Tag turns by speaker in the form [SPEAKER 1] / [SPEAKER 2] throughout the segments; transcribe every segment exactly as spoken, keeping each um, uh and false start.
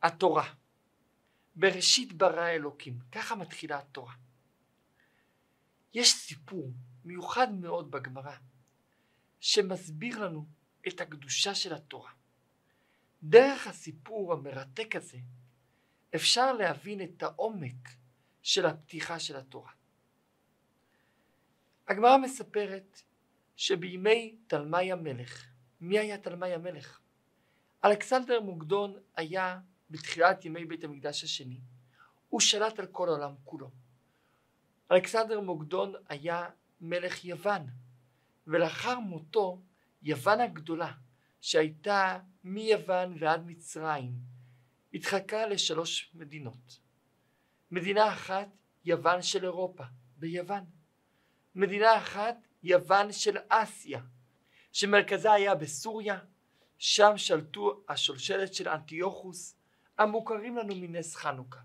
[SPEAKER 1] התורה. בראשית ברא אלוקים. ככה מתחילה התורה. יש סיפור מיוחד מאוד בגמרא שמסביר לנו את הקדושה של התורה. דרך הסיפור המרתק הזה אפשר להבין את העומק של הפתיחה של התורה. הגמרא מספרת שבימי תלמי המלך, מי היה תלמי המלך? אלכסנדר מוקדון היה בתחילת ימי בית המקדש השני. הוא שלט על כל העולם כולו. אלכסנדר מוקדון היה מלך יוון, ולאחר מותו יוון הגדולה, שהייתה מיוון ועד מצרים, התחלקה לשלוש מדינות. מדינה אחת, יוון של אירופה, ביוון. מדינה אחת, יוון של אסיה, שמרכזה היה בסוריה, שם שלטו השושלת של אנטיוכוס, המוכרים לנו מנס חנוכה.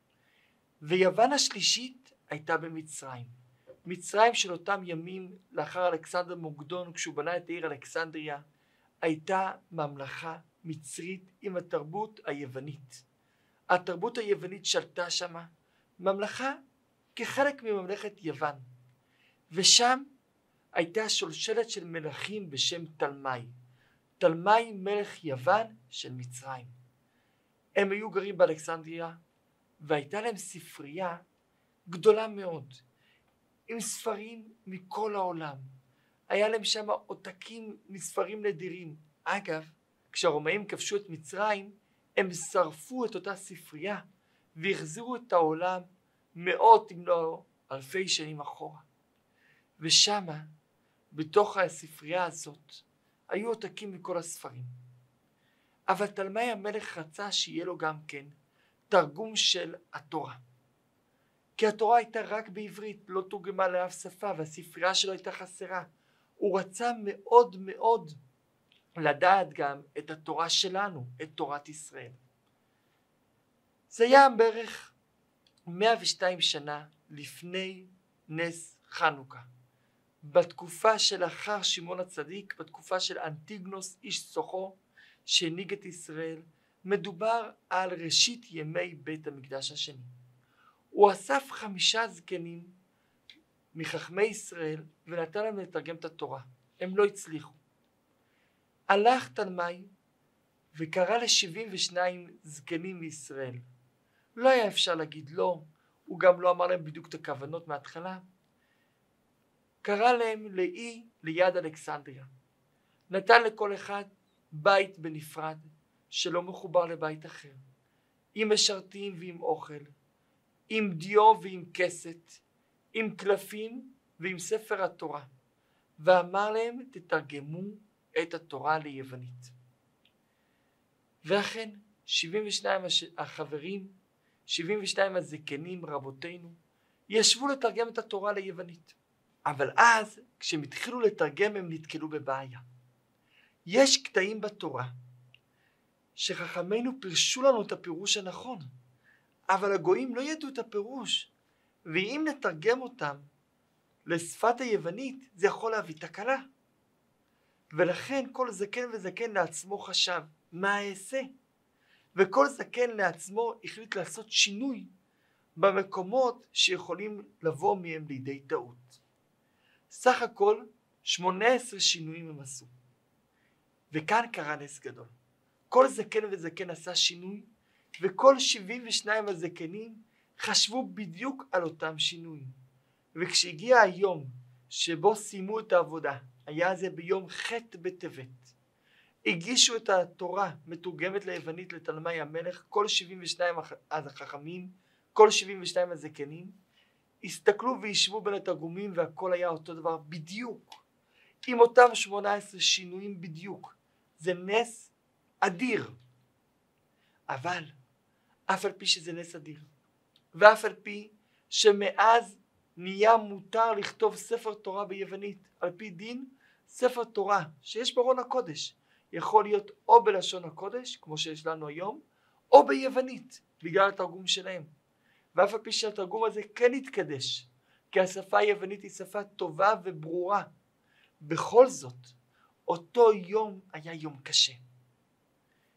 [SPEAKER 1] ויוון השלישית הייתה במצרים. מצרים של אותם ימים לאחר אלכסנדר מוקדון, כשהוא בנה את העיר אלכסנדריה, הייתה ממלכה מצרית עם התרבות היוונית. התרבות היוונית שלטה שמה, ממלכה כחלק מממלכת יוון. ושם הייתה שושלת של מלכים בשם תלמי. תלמי מלך יוון של מצרים. הם היו גרים באלכסנדריה, והייתה להם ספרייה גדולה מאוד, עם ספרים מכל העולם. היה להם שם עותקים מספרים נדירים. אגב, כשהרומאים כבשו את מצרים, הם שרפו את אותה ספרייה, והחזירו את העולם מאות אם לא אלפי שנים אחורה. ושמה, בתוך הספרייה הזאת, היו עותקים מכל הספרים. אבל תלמי המלך רצה שיהיה לו גם כן תרגום של התורה. כי התורה הייתה רק בעברית, לא תורגמה לאף שפה, והספרייה שלו הייתה חסרה. הוא רצה מאוד מאוד לדעת גם את התורה שלנו, את תורת ישראל. זה היה בערך מאה ושתיים שנה לפני נס חנוכה. בתקופה שלאחר שמעון הצדיק, בתקופה של אנטיגנוס איש סוחו שהנהיג את ישראל, מדובר על ראשית ימי בית המקדש השני. הוא אסף חמישה זקנים מחכמי ישראל ונתן להם לתרגם את התורה. הם לא הצליחו. הלך תלמי וקרא ל-שבעים ושניים זקנים מישראל. לא היה אפשר להגיד לא, הוא גם לא אמר להם בדיוק את הכוונות מההתחלה. קרא להם לאי ליד אלכסנדריה. נתן לכל אחד בית בנפרד שלא מחובר לבית אחר, עם משרתים ועם אוכל, עם דיו ועם כסת, עם קלפים ועם ספר התורה, ואמר להם תתרגמו את התורה ליוונית. ואכן שבעים ושניים החברים, שבעים ושניים הזקנים רבותינו, ישבו לתרגם את התורה ליוונית. אבל אז כשהם התחילו לתרגם הם נתקלו בבעיה. יש קטעים בתורה שחכמינו פירשו לנו את הפירוש הנכון, אבל הגויים לא ידעו את הפירוש, ואם נתרגם אותם לשפת היוונית זה יכול להביא תקלה. ולכן כל זקן וזקן לעצמו חשב מה אעשה, וכל זקן לעצמו החליט לעשות שינוי במקומות שיכולים לבוא מהם לידי טעות. סך הכל שמונה עשרה שינויים הם עשו, וכאן קרה נס גדול. כל זקן וזקן עשה שינוי, וכל שבעים ושניים הזקנים חשבו בדיוק על אותם שינויים. וכשהגיע היום שבו סיימו את העבודה, היה זה ביום ח' בטבת, הגישו את התורה מתורגמת ליוונית לתלמי המלך, כל שבעים ושניים החכמים, כל שבעים ושניים הזקנים, הסתכלו וישבו בין התרגומים והכל היה אותו דבר בדיוק, עם אותם שמונה עשרה שינויים בדיוק. זה נס אדיר. אבל אף על פי שזה נס אדיר, ואף על פי שמאז נהיה מותר לכתוב ספר תורה ביוונית, על פי דין ספר תורה שיש בארון הקודש יכול להיות או בלשון הקודש כמו שיש לנו היום, או ביוונית בגלל התרגום שלהם. ואף על פי שהתרגום הזה כן התקדש, כי השפה היוונית היא שפה טובה וברורה, בכל זאת אותו יום היה יום קשה.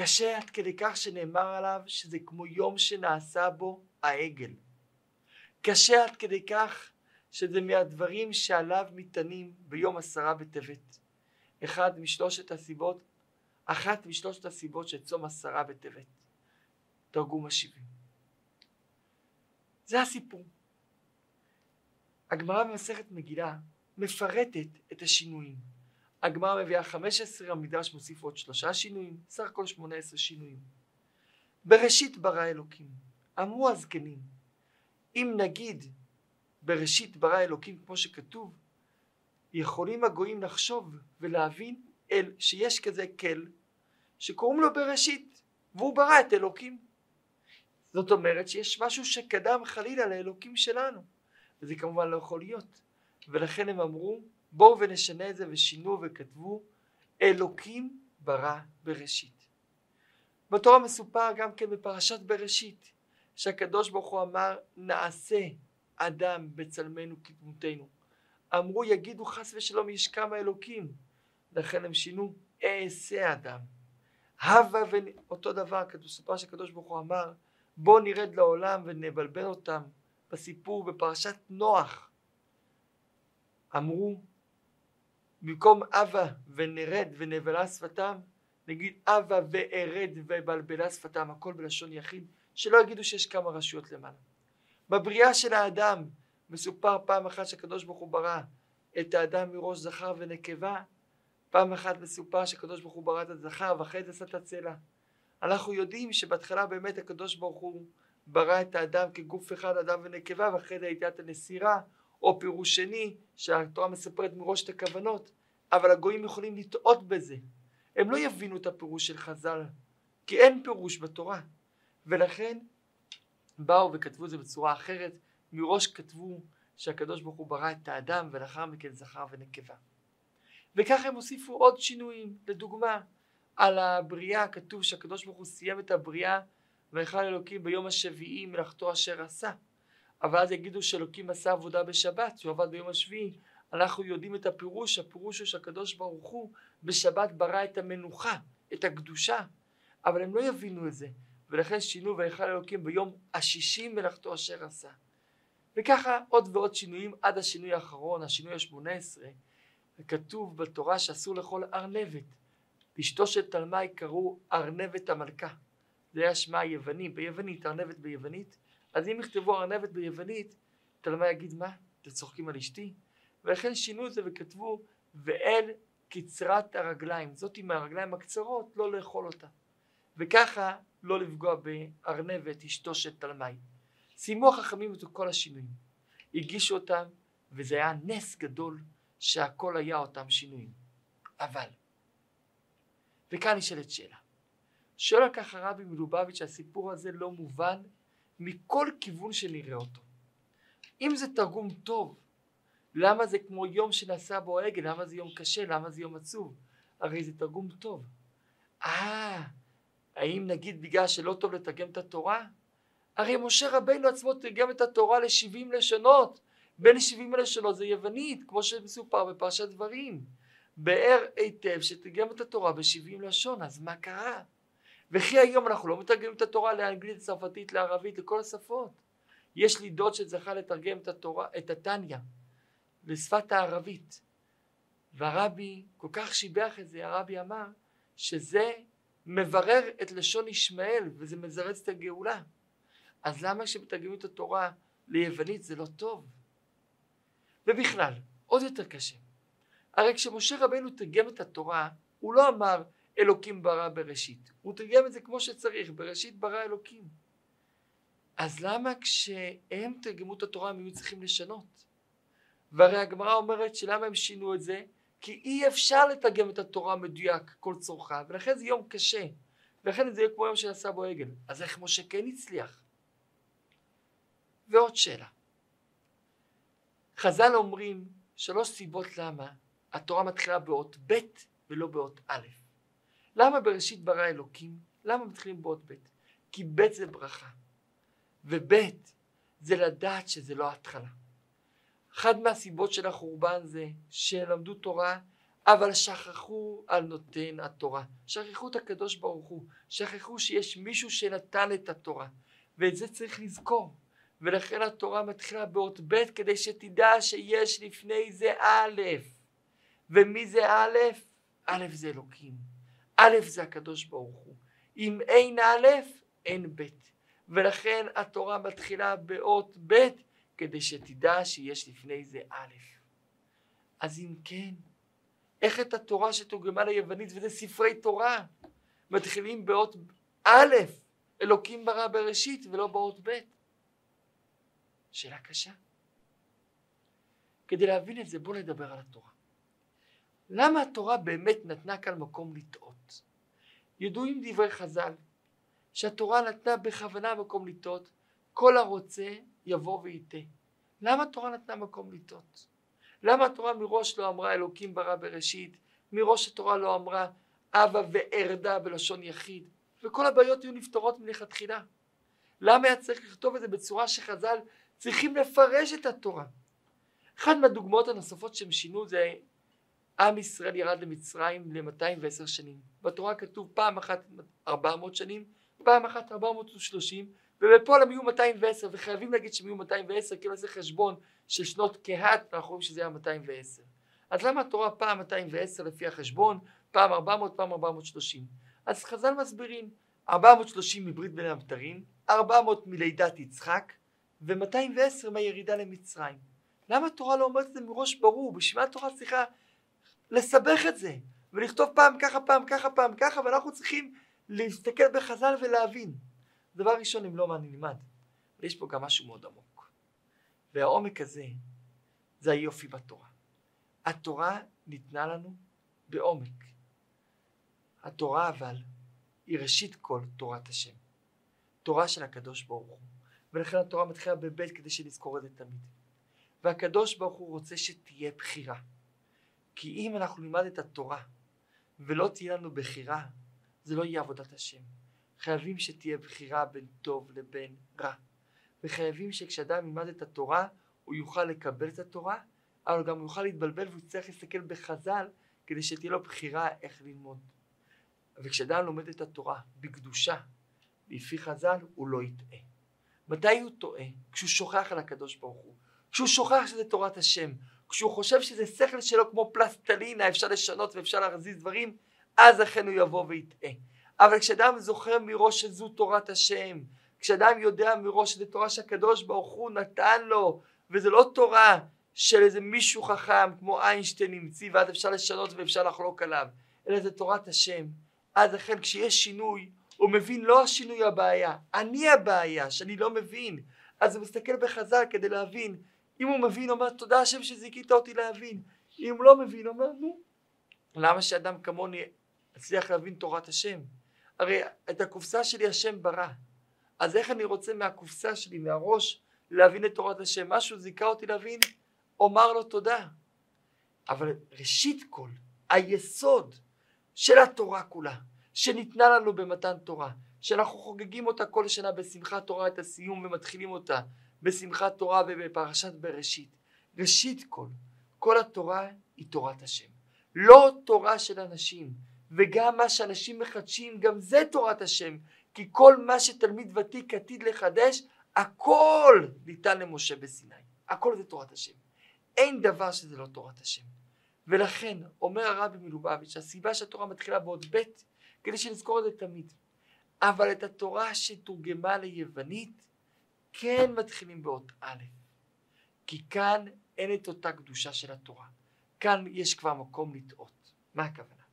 [SPEAKER 1] קשה עד כדי כך שנאמר עליו שזה כמו יום שנעשה בו העגל. קשה עד כדי כך שזה מהדברים שעליו מתענים ביום עשרה בטבת. אחד משלושת הסיבות, אחת משלושת הסיבות של צום עשרה בטבת. תרגום השבעים. זה הסיפור. הגמרא במסכת מגילה מפרטת את השינויים. הגמרא מביאה חמש עשרה, המדרש מוסיף עוד שלושה שינויים, סך הכל שמונה עשרה שינויים. בראשית ברא אלוקים. אמרו הזקנים, אם נגיד בראשית ברא אלוקים כמו שכתוב, יכולים הגויים לחשוב ולהבין אל שיש כזה כל שקוראים לו בראשית, והוא ברא את אלוקים. זאת אומרת שיש משהו שקדם חלילה לאלוקים שלנו, וזה כמובן לא יכול להיות. ולכן הם אמרו, בואו ונשנה את זה, ושינו וכתבו, אלוקים ברא בראשית. בתורה מסופר גם כן בפרשת בראשית, שהקדוש ברוך הוא אמר, נעשה אדם בצלמנו כדמותנו. אמרו, יגידו חס ושלום יש כמה אלוקים. לכן הם שינו, אעשה אדם. הווה ואותו דבר, מסופר שהקדוש ברוך הוא אמר, בואו נרד לעולם ונבלבל אותם. בסיפור בפרשת נוח, אמרו, במקום אבא ונרד ונבלה שפתם, נגיד אבא וארד ובלבלה שפתם, הכל בלשון יחיד, שלא יגידו שיש כמה רשויות למעלה. בבריאה של האדם מסופר פעם אחת שהקדוש ברוך הוא ברא את האדם מראש זכר ונקבה, פעם אחת מסופר שהקדוש ברוך הוא ברא את הזכר ואחרי זה עשה את הצלע. אנחנו יודעים שבהתחלה באמת הקדוש ברוך הוא ברא את האדם כגוף אחד, אדם ונקבה, ואחרי זה הייתה את הנסירה, או פירוש שני שהתורה מספרת מראש את הכוונות, אבל הגויים יכולים לטעות בזה. הם לא יבינו את הפירוש של חז"ל, כי אין פירוש בתורה, ולכן באו וכתבו את זה בצורה אחרת. מראש כתבו שהקדוש ברוך הוא ברא את האדם ולאחר מכן זכר ונקבה. וכך הם הוסיפו עוד שינויים. לדוגמה, על הבריאה כתוב שהקדוש ברוך הוא סיים את הבריאה ויכל אלוקים ביום השביעי מלאכתו אשר עשה. אבל אז יגידו שאלוקים עשה עבודה בשבת, שהוא עבד ביום השביעי. אנחנו יודעים את הפירוש, הפירוש הוא שהקדוש ברוך הוא בשבת ברא את המנוחה, את הקדושה, אבל הם לא יבינו את זה, ולכן שינו ויכל אלוקים ביום השישי מלאכתו אשר עשה. וככה עוד ועוד שינויים עד השינוי האחרון, השינוי ה-שמונה עשרה, וכתוב בתורה שאסור לאכול ארנבת. אשתו של תלמי קראו ארנבת המלכה, זה היה שמה היווני, ביוונית, ארנבת ביוונית. אז אם יכתבו ארנבת ביוונית, תלמי יגיד מה? אתם צוחקים על אשתי? ולכן שינו את זה וכתבו ואל קצרת הרגליים, זאת עם הרגליים הקצרות לא לאכול אותה, וככה לא לפגוע בארנבת אשתו של תלמי. סיימו החכמים את כל השינויים, הגישו אותם, וזה היה נס גדול שהכל היה אותם שינויים. אבל וכאן נשאלת שאלה, שואל על כך הרבי מלובביץ' שהסיפור הזה לא מובן מכל כיוון שנראה אותו. אם זה תרגום טוב, למה זה כמו יום שנעשה בו העגל? למה זה יום קשה? למה זה יום עצוב? הרי זה תרגום טוב. אה, האם נגיד בגלל שלא טוב לתרגם את התורה? הרי משה רבינו עצמו תרגם את התורה ל-שבעים לשונות. בין שבעים לשונות זה יוונית, כמו שמסופר בפרשת דברים. באר היטב שתרגם את התורה ב-שבעים לשון, אז מה קרה? וכי היום אנחנו לא מתרגמים את התורה לאנגלית, צרפתית, לערבית, לכל השפות. יש לי דוד שזכה לתרגם את התורה, את התניא, לשפת הערבית. והרבי כל כך שיבח את זה, הרבי אמר שזה מברר את לשון ישמעאל וזה מזרז את הגאולה. אז למה כשמתרגמים את התורה ליוונית זה לא טוב? ובכלל, עוד יותר קשה. הרי כשמשה רבינו תרגם את התורה, הוא לא אמר אלוקים ברא בראשית. הוא תרגם את זה כמו שצריך, בראשית ברא אלוקים. אז למה כשהם תרגמו את התורה הם היו צריכים לשנות? והרי הגמרא אומרת שלמה הם שינו את זה? כי אי אפשר לתרגם את התורה מדויק כל צורכה, ולכן זה יום קשה. ולכן זה יהיה כמו יום שנעשה בו עגל. אז איך משה כן הצליח? ועוד שאלה. חז"ל אומרים שלוש סיבות למה התורה מתחילה באות ב' ולא באות א'. למה בראשית ברא אלוקים? למה מתחילים באות ב'? כי ב' זה ברכה, וב' זה לדעת שזה לא ההתחלה. אחד מהסיבות של החורבן זה שלמדו תורה, אבל שכחו על נותן התורה, שכחו את הקדוש ברוך הוא, שכחו שיש מישהו שנתן את התורה, ואת זה צריך לזכור. ולכן התורה מתחילה באות ב' כדי שתדע שיש לפני זה א', ומי זה א'? א' זה אלוקים, א' זה הקדוש ברוך הוא. אם אין א', אין ב', ולכן התורה מתחילה באות ב' כדי שתדע שיש לפני זה א'. אז אם כן, איך את התורה שתורגמה ליוונית, וזה ספרי תורה, מתחילים באות א', אלוקים ברא בראשית, ולא באות ב'? שאלה קשה. כדי להבין את זה, בואו נדבר על התורה. למה התורה באמת נתנה כאן מקום לטעות? ידועים דברי חז"ל, שהתורה נתנה בכוונה מקום לטעות, כל הרוצה יבוא ויטעה. למה התורה נתנה מקום לטעות? למה התורה מראש לא אמרה אלוקים ברא בראשית? מראש התורה לא אמרה אבא וארדה בלשון יחיד? וכל הבעיות היו נפתרות מלכתחילה. למה היה צריך לכתוב את זה בצורה שחז"ל צריכים לפרש את התורה? אחת מהדוגמאות הנוספות שהם שינו זה עם ישראל ירד למצרים ל-מאתיים ועשר שנים. בתורה כתוב פעם אחת ארבע מאות שנים, פעם אחת ארבע מאות ושלושים, ובפועל הם יהיו מאתיים ועשר, וחייבים להגיד שהם יהיו מאתיים ועשר, כי לא זה חשבון של שנות כהת, אנחנו רואים שזה היה מאתיים ועשר. אז למה התורה פעם מאתיים ועשר לפי החשבון, פעם ארבע מאות, פעם ארבע מאות ושלושים? אז חז"ל מסבירים, ארבע מאות ושלושים מברית בין הבתרים, ארבע מאות מלידת יצחק, ו-מאתיים ועשר מהירידה למצרים. למה התורה לא אומרת את זה מראש ברור? בשביל מה התורה צריכה לסבך את זה, ולכתוב פעם ככה, פעם ככה, פעם ככה, ואנחנו צריכים להסתכל בחז"ל ולהבין. דבר ראשון, אם לא מה נלמד, ויש פה גם משהו מאוד עמוק. והעומק הזה, זה היופי בתורה. התורה ניתנה לנו בעומק. התורה אבל, היא ראשית כל תורת השם. תורה של הקדוש ברוך הוא. ולכן התורה מתחילה בבית כדי שנזכור את זה תמיד. והקדוש ברוך הוא רוצה שתהיה בחירה. כי אם אנחנו נלמד את התורה ולא תהיה לנו בחירה, זה לא יהיה עבודת השם. חייבים שתהיה בחירה בין טוב לבין רע. וחייבים שכשאדם ילמד את התורה, הוא יוכל לקבל את התורה, אבל גם הוא יוכל להתבלבל והוא צריך להסתכל בחז"ל כדי שתהיה לו בחירה איך ללמוד. וכשאדם לומד את התורה בקדושה, לפי חז"ל, הוא לא יטעה. מתי הוא טועה? כשהוא שוכח על הקדוש ברוך הוא. כשהוא שוכח שזה תורת השם. כשהוא חושב שזה שכל שלו כמו פלסטלינה, אפשר לשנות ואפשר להזיז דברים, אז אכן הוא יבוא ויטעה. אבל כשאדם זוכר מראש שזו תורת השם, כשאדם יודע מראש שזה תורה שהקדוש ברוך הוא נתן לו, וזה לא תורה של איזה מישהו חכם כמו איינשטיין המציא ואז אפשר לשנות ואפשר לחלוק עליו, אלא זה תורת השם, אז אכן כשיש שינוי, הוא מבין לא השינוי הבעיה, אני הבעיה שאני לא מבין. אז הוא מסתכל בחז"ל כדי להבין. אם הוא מבין, אומר תודה השם שזיכית אותי להבין. אם הוא לא מבין, אומר נו, למה שאדם כמוני הצליח להבין תורת השם? הרי את הקופסה שלי השם ברא, אז איך אני רוצה מהקופסה שלי, מהראש, להבין את תורת השם? משהו זיכה אותי להבין, אומר לו תודה. אבל ראשית כל, היסוד של התורה כולה, שניתנה לנו במתן תורה, שאנחנו חוגגים אותה כל שנה בשמחת תורה את הסיום ומתחילים אותה בשמחת תורה ובפרשת בראשית. ראשית כל, כל התורה היא תורת השם. לא תורה של אנשים, וגם מה שאנשים מחדשים, גם זה תורת השם. כי כל מה שתלמיד ותיק עתיד לחדש, הכל ניתן למשה בסיני. הכל זה תורת השם. אין דבר שזה לא תורת השם. ולכן אומר הרבי מלובביץ', הסיבה שהתורה מתחילה בעוד ב' כדי שנזכור את זה תמיד. אבל את התורה שתורגמה ליוונית, כן מתחילים באות א', כי כאן אין את אותה קדושה של התורה. כאן יש כבר מקום לטעות. מה הכוונה?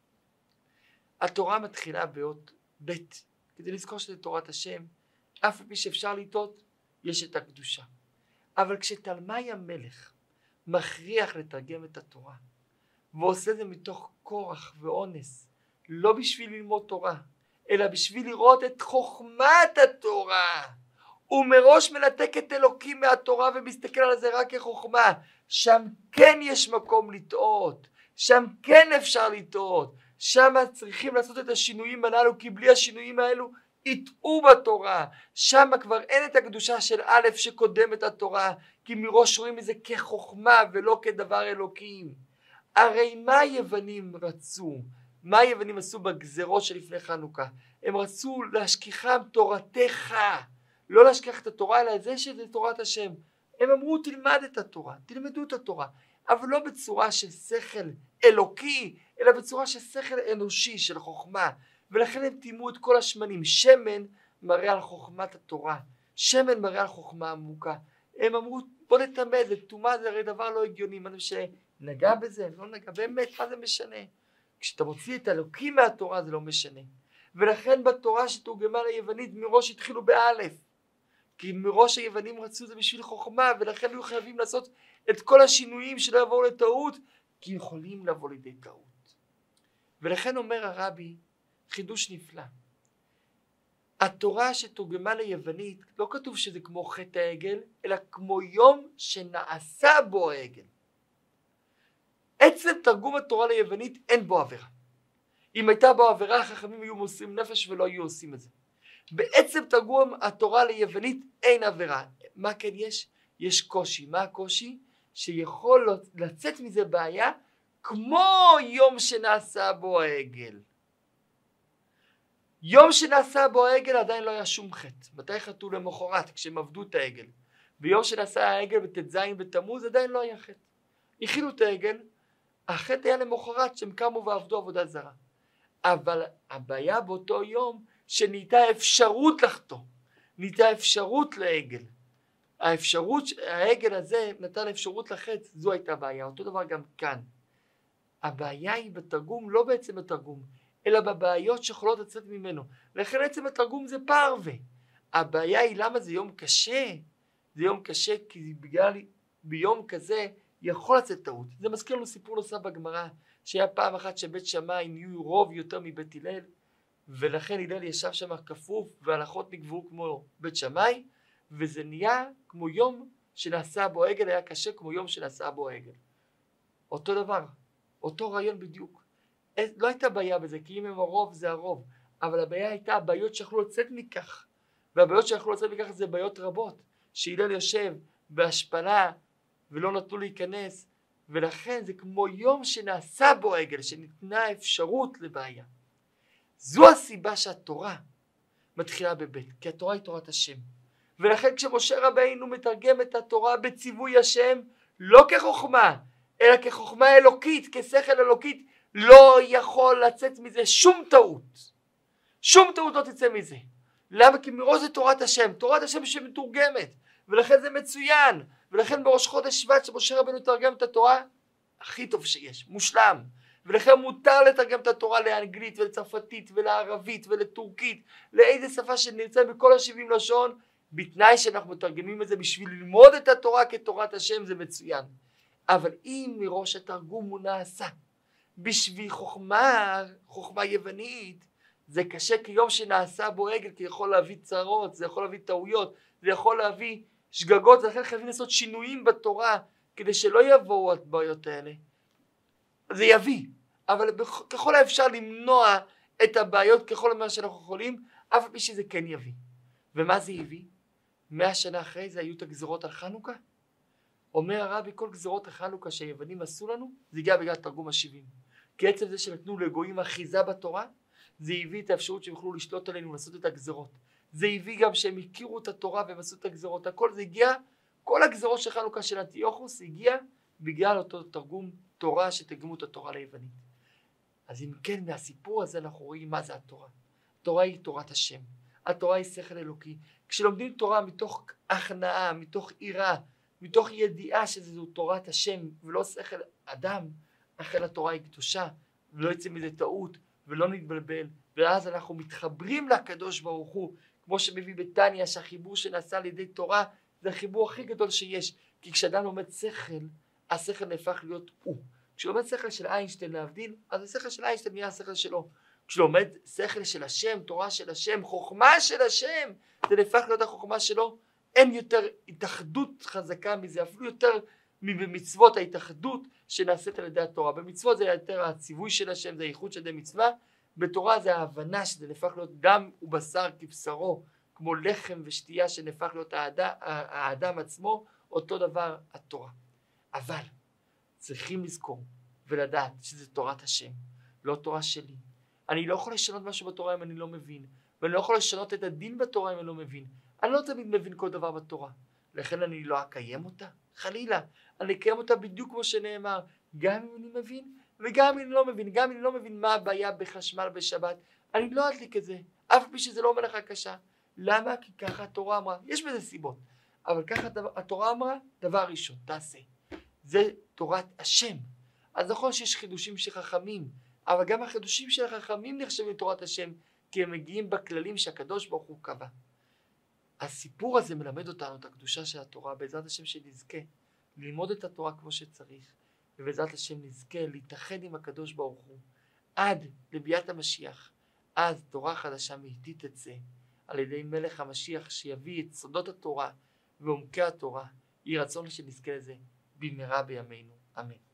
[SPEAKER 1] התורה מתחילה באות ב' כדי לזכור שזה תורת השם, אף על פי שאפשר לטעות, יש את הקדושה. אבל כשתלמי המלך מכריח לתרגם את התורה, ועושה זה מתוך כורח ואונס, לא בשביל ללמוד תורה, אלא בשביל לראות את חוכמת התורה, הוא מראש מנתק את אלוקים מהתורה ומסתכל על זה רק כחוכמה. שם כן יש מקום לטעות, שם כן אפשר לטעות, שם צריכים לעשות את השינויים הללו, כי בלי השינויים האלו יטעו בתורה. שם כבר אין את הקדושה של א' שקודם את התורה, כי מראש רואים את זה כחוכמה ולא כדבר אלוקים. הרי מה היוונים רצו? מה היוונים עשו בגזרות שלפני חנוכה? הם רצו להשכיחם תורתך, לא להשכיח את התורה, אלא זה שזה תורת השם. הם אמרו תלמד את התורה, תלמדו את התורה, אבל לא בצורה של שכל אלוקי, אלא בצורה של שכל אנושי, של חוכמה. ולכן הם טימאו את כל השמנים. שמן מראה על חוכמת התורה, שמן מראה על חוכמה עמוקה. הם אמרו בוא נתמד, לטומאה זה הרי דבר לא הגיוני, מה זה משנה? נגע בזה? לא נגע, באמת, מה זה משנה? כשאתה מוציא את האלוקים מהתורה זה לא משנה. ולכן בתורה שתורגמה ליוונית מראש התחילו באלף, כי מראש היוונים רצו זה בשביל חוכמה, ולכן היו חייבים לעשות את כל השינויים שלא יבואו לטעות, כי יכולים לבוא לידי טעות. ולכן אומר הרבי חידוש נפלא, התורה שתורגמה ליוונית לא כתוב שזה כמו חטא העגל, אלא כמו יום שנעשה בו העגל. עצם תרגום התורה ליוונית אין בו עבירה. אם הייתה בו עבירה החכמים היו מוסרים נפש ולא היו עושים את זה. בעצם תרגום התורה ליוונית אין עבירה. מה כן יש? יש קושי. מה הקושי? שיכול לצאת מזה בעיה כמו יום שנעשה בו העגל. יום שנעשה בו העגל עדיין לא היה שום חטא. מתי חטאו? למחרת כשהם עבדו את העגל. ביום שנעשה העגל בט"ז בתמוז עדיין לא היה חטא. הכילו את העגל, החטא היה למחרת שהם קמו ועבדו עבודה זרה. אבל הבעיה באותו יום שנהייתה אפשרות לחטוא, נהייתה אפשרות לעגל. האפשרות, העגל הזה נתן אפשרות לחטא, זו הייתה בעיה. אותו דבר גם כאן. הבעיה היא בתרגום, לא בעצם בתרגום, אלא בבעיות שיכולות לצאת ממנו. לכן בעצם התרגום זה פרווה. הבעיה היא למה זה יום קשה. זה יום קשה כי בגלל ביום כזה יכול לצאת טעות. זה מזכיר לנו סיפור נוסף בגמרא, שהיה פעם אחת שבית שמאי נהיו רוב יותר מבית הלל, ולכן הלל ישב שם כפוף והלכות נקבעו כמו בית שמאי, וזה נהיה כמו יום שנעשה בו עגל, היה קשה כמו יום שנעשה בו עגל. אותו דבר, אותו רעיון בדיוק. לא הייתה בעיה בזה, כי אם הם הרוב זה הרוב, אבל הבעיה הייתה הבעיות שיכולו לצאת מכך, והבעיות שיכולו לצאת מכך זה בעיות רבות, שהלל יושב בהשפלה ולא נתנו להיכנס, ולכן זה כמו יום שנעשה בו עגל, שניתנה אפשרות לבעיה. זו הסיבה שהתורה מתחילה בבית, כי התורה היא תורת השם. ולכן כשמשה רבינו מתרגם את התורה בציווי השם, לא כחוכמה, אלא כחוכמה אלוקית, כשכל אלוקית, לא יכול לצאת מזה שום טעות. שום טעות לא תצא מזה. למה? כי מראש זה תורת השם, תורת השם שמתורגמת, ולכן זה מצוין. ולכן בראש חודש שבט שמשה רבינו תרגם את התורה, הכי טוב שיש, מושלם. ולכן מותר לתרגם את התורה לאנגלית ולצרפתית ולערבית ולטורקית, לאיזה שפה שנרצה בכל השבעים לשון, בתנאי שאנחנו מתרגמים את זה בשביל ללמוד את התורה כתורת השם, זה מצוין. אבל אם מראש התרגום הוא נעשה בשביל חוכמה, חוכמה יוונית, זה קשה כיום שנעשה בו עגל, כי יכול להביא צרות, זה יכול להביא טעויות, זה יכול להביא שגגות, ולכן חייבים לעשות שינויים בתורה, כדי שלא יבואו הבעיות האלה. זה יביא, אבל ככל האפשר למנוע את הבעיות ככל מה שאנחנו יכולים, אף על פי שזה כן יביא. ומה זה יביא? מאה שנה אחרי זה היו את הגזרות על חנוכה. אומר הרבי, כל גזרות החנוכה שהיוונים עשו לנו, זה הגיע בגלל תרגום השבעים. כי עצם זה שנתנו לגויים אחיזה בתורה, זה הביא את האפשרות שהם יוכלו לשלוט עלינו, לעשות את הגזרות. זה הביא גם שהם הכירו את התורה והם עשו את הגזרות. הכל זה הגיע, כל הגזרות של חנוכה של אנטיוכוס הגיע בגלל אותו תרגום תורה שתרגמו את התורה ליוונית. אז אם כן, מהסיפור הזה אנחנו רואים מה זה התורה. התורה היא תורת השם. התורה היא שכל אלוקי. כשלומדים תורה מתוך הכנעה, מתוך עירה, מתוך ידיעה שזו תורת השם ולא שכל אדם, אכן התורה היא קדושה, ולא יצא מזה טעות ולא נתבלבל, ואז אנחנו מתחברים לקדוש ברוך הוא, כמו שמביא בתניא שהחיבור שנעשה על ידי תורה זה החיבור הכי גדול שיש, כי כשאדם לומד שכל, השכל נהפך להיות הוא. כשלומד שכל של איינשטיין להבדיל, אז השכל של איינשטיין נהיה השכל שלו. כשלומד שכל של השם, תורה של השם, חוכמה של השם, זה נהפך להיות החוכמה שלו. אין יותר התאחדות חזקה מזה, אפילו יותר מבמצוות ההתאחדות שנעשית על ידי התורה. במצוות זה יותר הציווי של השם, זה הייחוד של ידי מצווה. בתורה זה ההבנה שזה נהפך להיות דם ובשר כבשרו, כמו לחם ושתייה שנהפך להיות האדם, האדם עצמו, אותו דבר התורה. אבל צריכים לזכור ולדעת שזה תורת השם, לא תורה שלי. אני לא יכול לשנות משהו בתורה אם אני לא מבין, ואני לא יכול לשנות את הדין בתורה אם אני לא מבין. אני לא תמיד מבין כל דבר בתורה, לכן אני לא אקיים אותה, חלילה. אני אקיים אותה בדיוק כמו שנאמר, גם אם אני מבין וגם אם אני לא מבין. גם אם אני לא מבין מה הבעיה בחשמל בשבת, אני לא אדליק את זה, אף פי שזה לא מלאכה קשה. למה? כי ככה התורה אמרה. יש בזה סיבות, אבל ככה התורה אמרה, דבר ראשון, תעשה. זה תורת השם. אז נכון שיש חידושים של חכמים, אבל גם החידושים של החכמים נחשבים לתורת השם, כי הם מגיעים בכללים שהקדוש ברוך הוא קבע. הסיפור הזה מלמד אותנו את הקדושה של התורה, בעזרת השם שנזכה ללמוד את התורה כמו שצריך, ובעזרת השם נזכה להתאחד עם הקדוש ברוך הוא, עד לביאת המשיח. אז תורה חדשה מאיתי תצא, על ידי מלך המשיח שיביא את סודות התורה ועומקי התורה. יהי רצון שנזכה לזה במהרה בימינו, אמן.